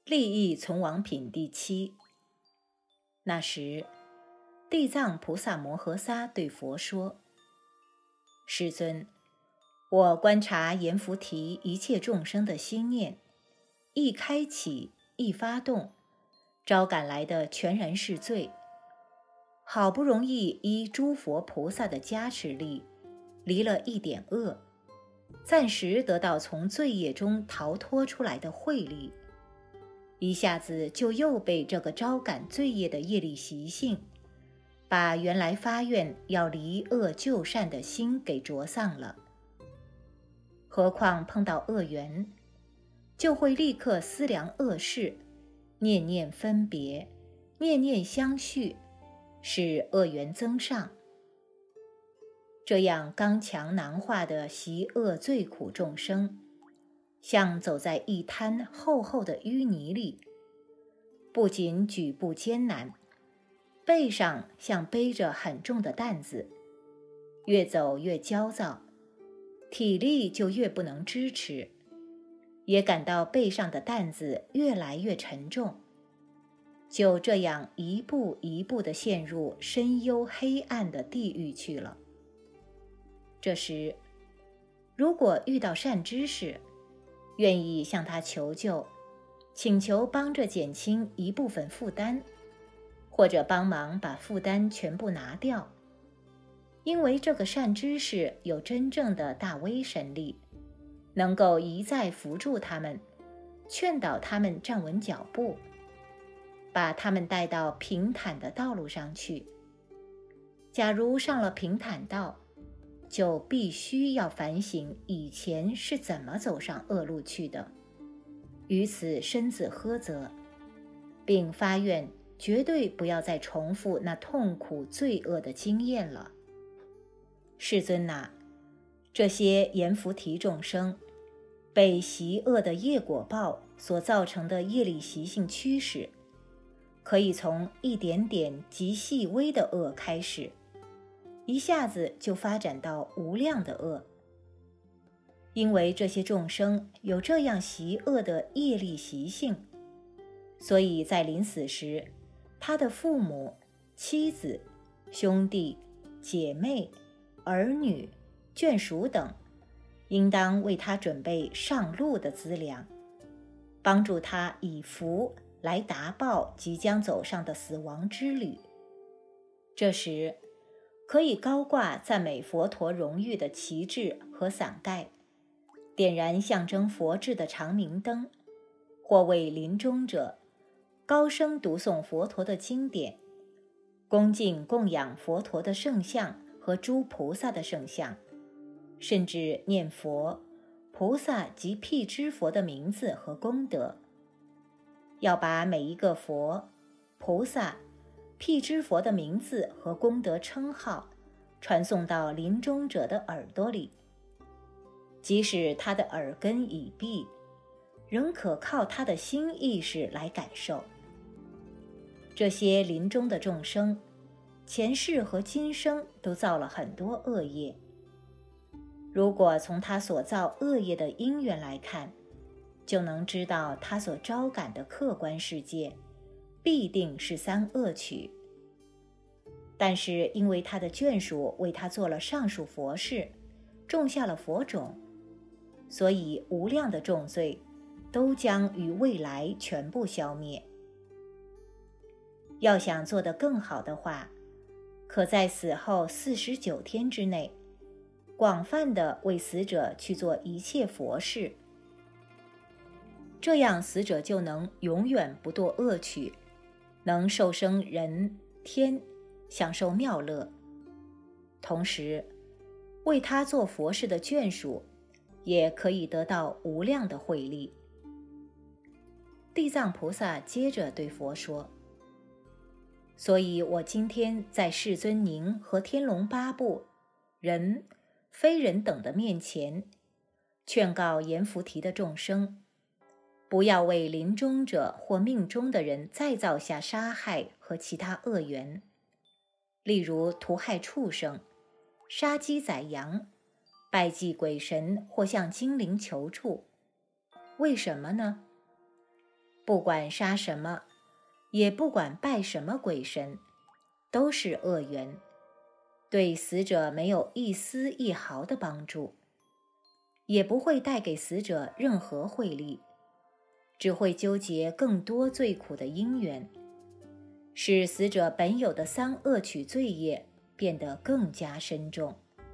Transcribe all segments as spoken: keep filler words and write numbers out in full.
利益存亡品第七。那时，地藏菩萨摩诃萨对佛说：世尊，我观察阎浮提一切众生的心念，一开启，一发动，招感来的全然是罪。好不容易依诸佛菩萨的加持力，离了一点恶，暂时得到从罪业中逃脱出来的慧力，一下子就又被这个招感罪业的业力习性，把原来发愿要离恶救善的心给着丧了。何况碰到恶缘，就会立刻思量恶事，念念分别，念念相续，使恶缘增上。这样刚强难化的习恶最苦众生，像走在一滩厚厚的淤泥里，不仅举步艰难，背上像背着很重的担子，越走越焦躁，体力就越不能支持，也感到背上的担子越来越沉重，就这样一步一步地陷入深幽黑暗的地狱去了。这时，如果遇到善知识，愿意向他求救，请求帮着减轻一部分负担，或者帮忙把负担全部拿掉，因为这个善知识有真正的大威神力，能够一再扶助他们，劝导他们站稳脚步，把他们带到平坦的道路上去。假如上了平坦道，就必须要反省以前是怎么走上恶路去的，于此深自呵责，并发愿绝对不要再重复那痛苦罪恶的经验了。世尊啊，这些阎浮提众生被习恶的业果报所造成的业力习性驱使，可以从一点点极细微的恶开始，一下子就发展到无量的恶。因为这些众生有这样习恶的业力习性，所以在临死时，他的父母、妻子、兄弟、姐妹、儿女、眷属等，应当为他准备上路的资粮，帮助他以福来达报即将走上的死亡之旅。这时，可以高挂赞美佛陀荣誉的旗帜和伞盖，点燃象征佛智的长明灯，或为临终者高声读诵佛陀的经典，恭敬供养佛陀的圣像和诸菩萨的圣像，甚至念佛、菩萨及辟支佛的名字和功德。要把每一个佛、菩萨、辟支佛的名字和功德称号传送到临终者的耳朵里，即使他的耳根已闭，仍可靠他的心意识来感受。这些临终的众生，前世和今生都造了很多恶业。如果从他所造恶业的因缘来看，就能知道他所招感的客观世界必定是三恶趣。但是因为他的眷属为他做了上述佛事，种下了佛种，所以无量的重罪都将于未来全部消灭。要想做得更好的话，可在死后四十九天之内，广泛地为死者去做一切佛事，这样死者就能永远不堕恶趣，能受生人天，享受妙乐。同时，为他做佛事的眷属也可以得到无量的慧力。地藏菩萨接着对佛说：所以我今天在世尊您和天龙八部、人、非人等的面前，劝告阎浮提的众生，不要为临终者或命中的人再造下杀害和其他恶缘，例如屠害畜生、杀鸡宰羊、拜祭鬼神或向精灵求助。为什么呢？ 不管杀什么，也不管拜什么鬼神，都是恶缘，对死者没有一丝一毫的帮助，也不会带给死者任何惠利，只会纠结更多最苦的因缘，使死者本有的三恶趣罪业变得更加深重。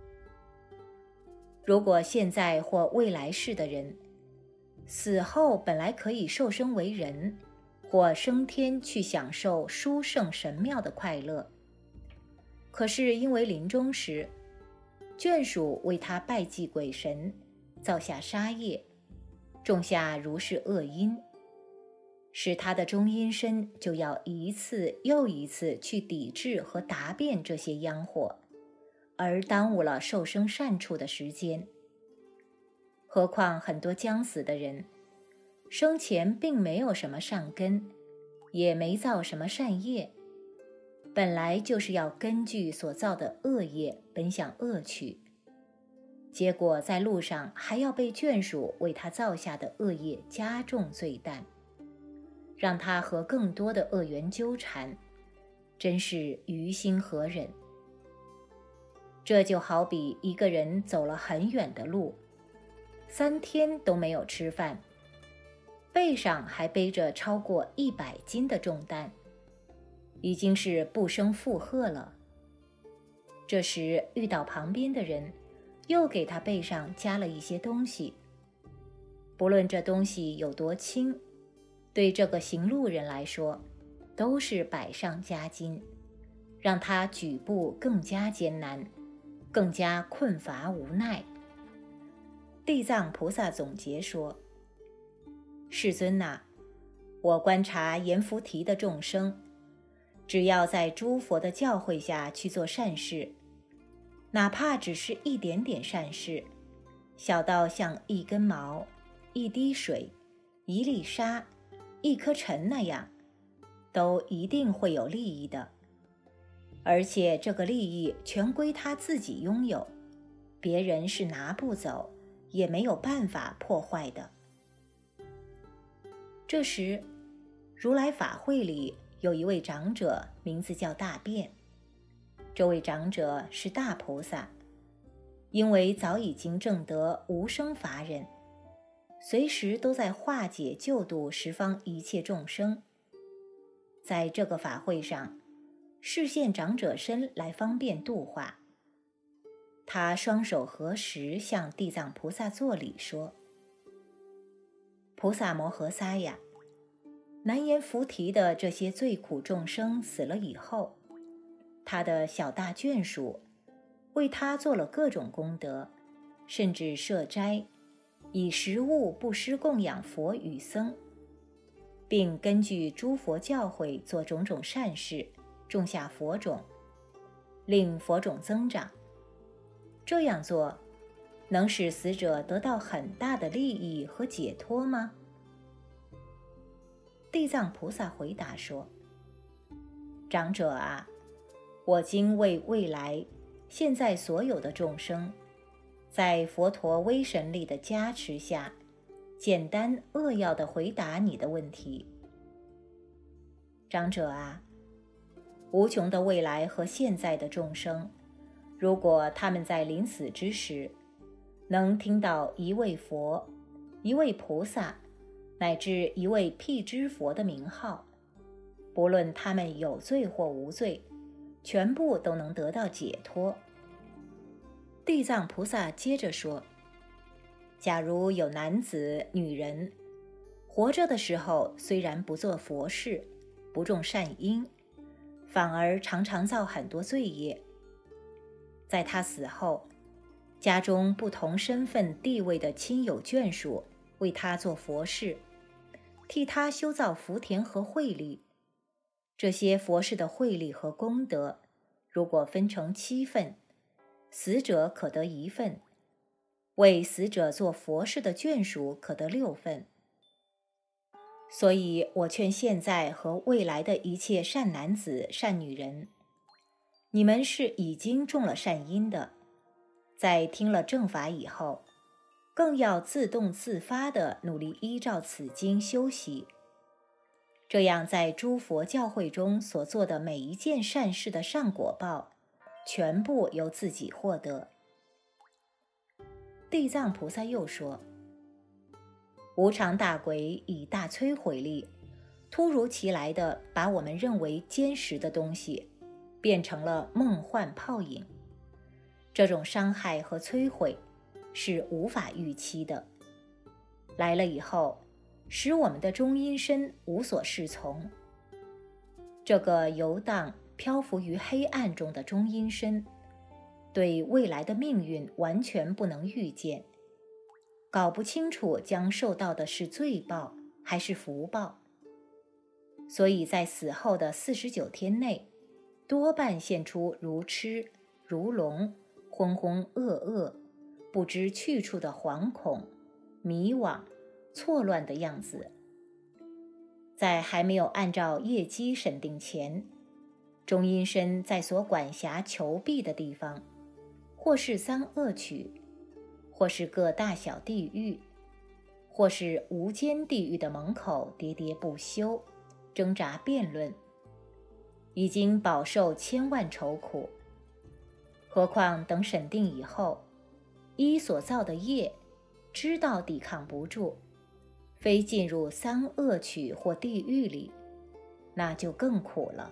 如果现在或未来世的人死后本来可以受生为人，或升天去享受殊胜神妙的快乐，可是因为临终时眷属为他拜祭鬼神，造下杀业，种下如是恶因，使他的中阴身就要一次又一次去抵制和答辩这些殃祸，而耽误了受生善处的时间。何况很多将死的人生前并没有什么善根，也没造什么善业，本来就是要根据所造的恶业奔向恶趣，结果在路上还要被眷属为他造下的恶业加重罪担，让他和更多的恶缘纠缠，真是于心何忍。这就好比一个人走了很远的路，三天都没有吃饭，背上还背着超过一百斤的重担，已经是不胜负荷了。这时遇到旁边的人又给他背上加了一些东西，不论这东西有多轻，对这个行路人来说都是百上加斤，让他举步更加艰难，更加困乏无奈。地藏菩萨总结说，世尊啊，我观察阎浮提的众生，只要在诸佛的教诲下去做善事，哪怕只是一点点善事，小到像一根毛、一滴水、一粒沙、一颗尘那样，都一定会有利益的，而且这个利益全归他自己拥有，别人是拿不走，也没有办法破坏的。这时如来法会里有一位长者，名字叫大辩。这位长者是大菩萨，因为早已经证得无生法忍，随时都在化解救度十方一切众生。在这个法会上示现长者身来方便度化。他双手合十向地藏菩萨作礼说，菩萨摩诃萨呀，南阎浮提的这些最苦众生死了以后，他的小大眷属为他做了各种功德，甚至设斋，以食物布施供养佛与僧，并根据诸佛教诲做种种善事，种下佛种，令佛种增长。这样做能使死者得到很大的利益和解脱吗？地藏菩萨回答说，长者啊，我今为未来现在所有的众生，在佛陀威神力的加持下，简单扼要地回答你的问题。长者啊，无穷的未来和现在的众生，如果他们在临死之时能听到一位佛、一位菩萨乃至一位辟支佛的名号，不论他们有罪或无罪，全部都能得到解脱。地藏菩萨接着说，假如有男子、女人活着的时候虽然不做佛事，不种善因，反而常常造很多罪业，在他死后，家中不同身份地位的亲友眷属为他做佛事，替他修造福田和慧力。这些佛事的慧力和功德，如果分成七份，死者可得一份，为死者做佛事的眷属可得六份。所以我劝现在和未来的一切善男子、善女人，你们是已经种了善因的，在听了正法以后，更要自动自发地努力依照此经修习， 这样在诸佛教会中所做的每一件善事的善果报，全部由自己获得。地藏菩萨又说，无常大鬼以大摧毁力，突如其来地把我们认为坚实的东西变成了梦幻泡影。这种伤害和摧毁是无法预期的，来了以后使我们的中阴身无所适从。这个游荡漂浮于黑暗中的中阴身，对未来的命运完全不能预见，搞不清楚将受到的是罪报还是福报，所以在死后的四十九天内，多半现出如痴如聋、浑浑噩噩、不知去处的惶恐、迷惘、错乱的样子。在还没有按照业绩审定前，中阴身在所管辖求庇的地方，或是三恶趣，或是各大小地狱，或是无间地狱的门口喋喋不休，挣扎辩论，已经饱受千万愁苦。何况等审定以后，依所造的业，知道抵抗不住，非进入三恶趣或地狱里，那就更苦了。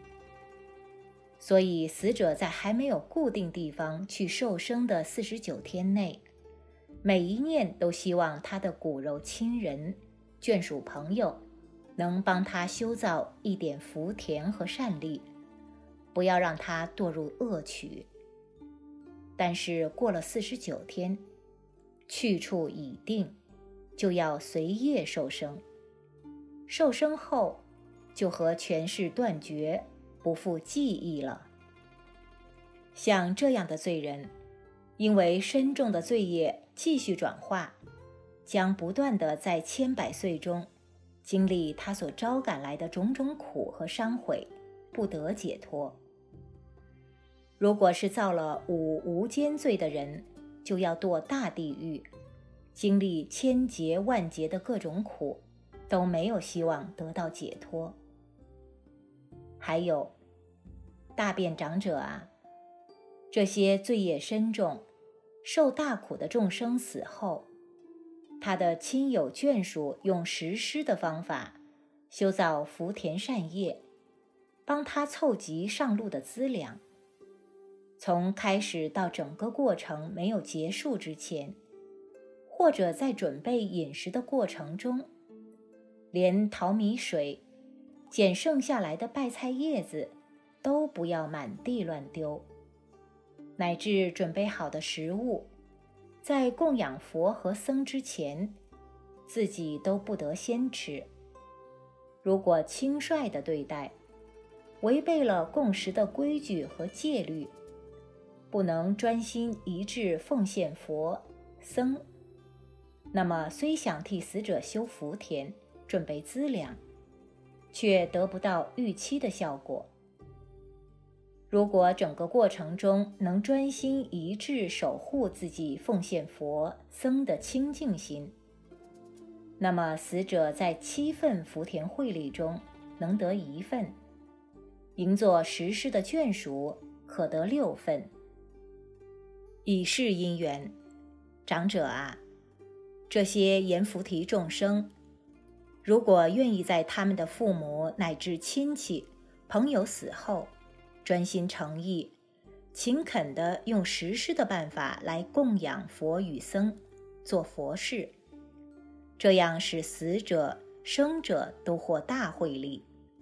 所以死者在还没有固定地方去受生的四十九天内，每一念都希望他的骨肉亲人、眷属朋友能帮他修造一点福田和善力，不要让他堕入恶趣。但是过了四十九天，去处已定，就要随业受生。受生后，就和前世断绝，不复记忆了。像这样的罪人，因为深重的罪业继续转化，将不断地在千百岁中经历他所招赶来的种种苦和伤悔，不得解脱。如果是造了五无间罪的人，就要堕大地狱，经历千劫万劫的各种苦，都没有希望得到解脱。还有，大便长者啊，这些罪业深重、受大苦的众生死后，他的亲友眷属用实施的方法修造福田善业，帮他凑集上路的资粮。从开始到整个过程没有结束之前，或者在准备饮食的过程中，连淘米水、捡剩下来的拜菜叶子都不要满地乱丢，乃至准备好的食物，在供养佛和僧之前，自己都不得先吃。如果轻率地对待，违背了供食的规矩和戒律，不能专心一致奉献佛僧，那么虽想替死者修福田、准备资粮，却得不到预期的效果。如果整个过程中能专心一致守护自己奉献佛僧的清净心，那么死者在七份福田会礼中能得一份，营作实施的眷属可得六份。以是因缘，长者啊，这些阎浮提众生，如果愿意在他们的父母乃至亲戚、朋友死后，专心诚意、勤恳地用实施的办法来供养佛与僧，做佛事，这样使死者、生者都获大惠利。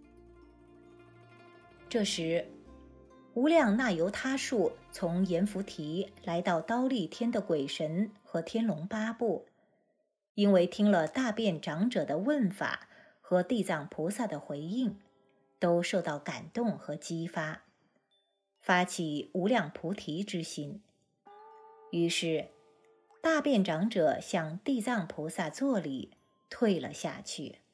这时，无量那由他树从阎浮提来到忉利天的鬼神和天龙八部，因为听了大便长者的问法和地藏菩萨的回应，都受到感动和激发，发起无量菩提之心。于是大便长者向地藏菩萨作礼，退了下去。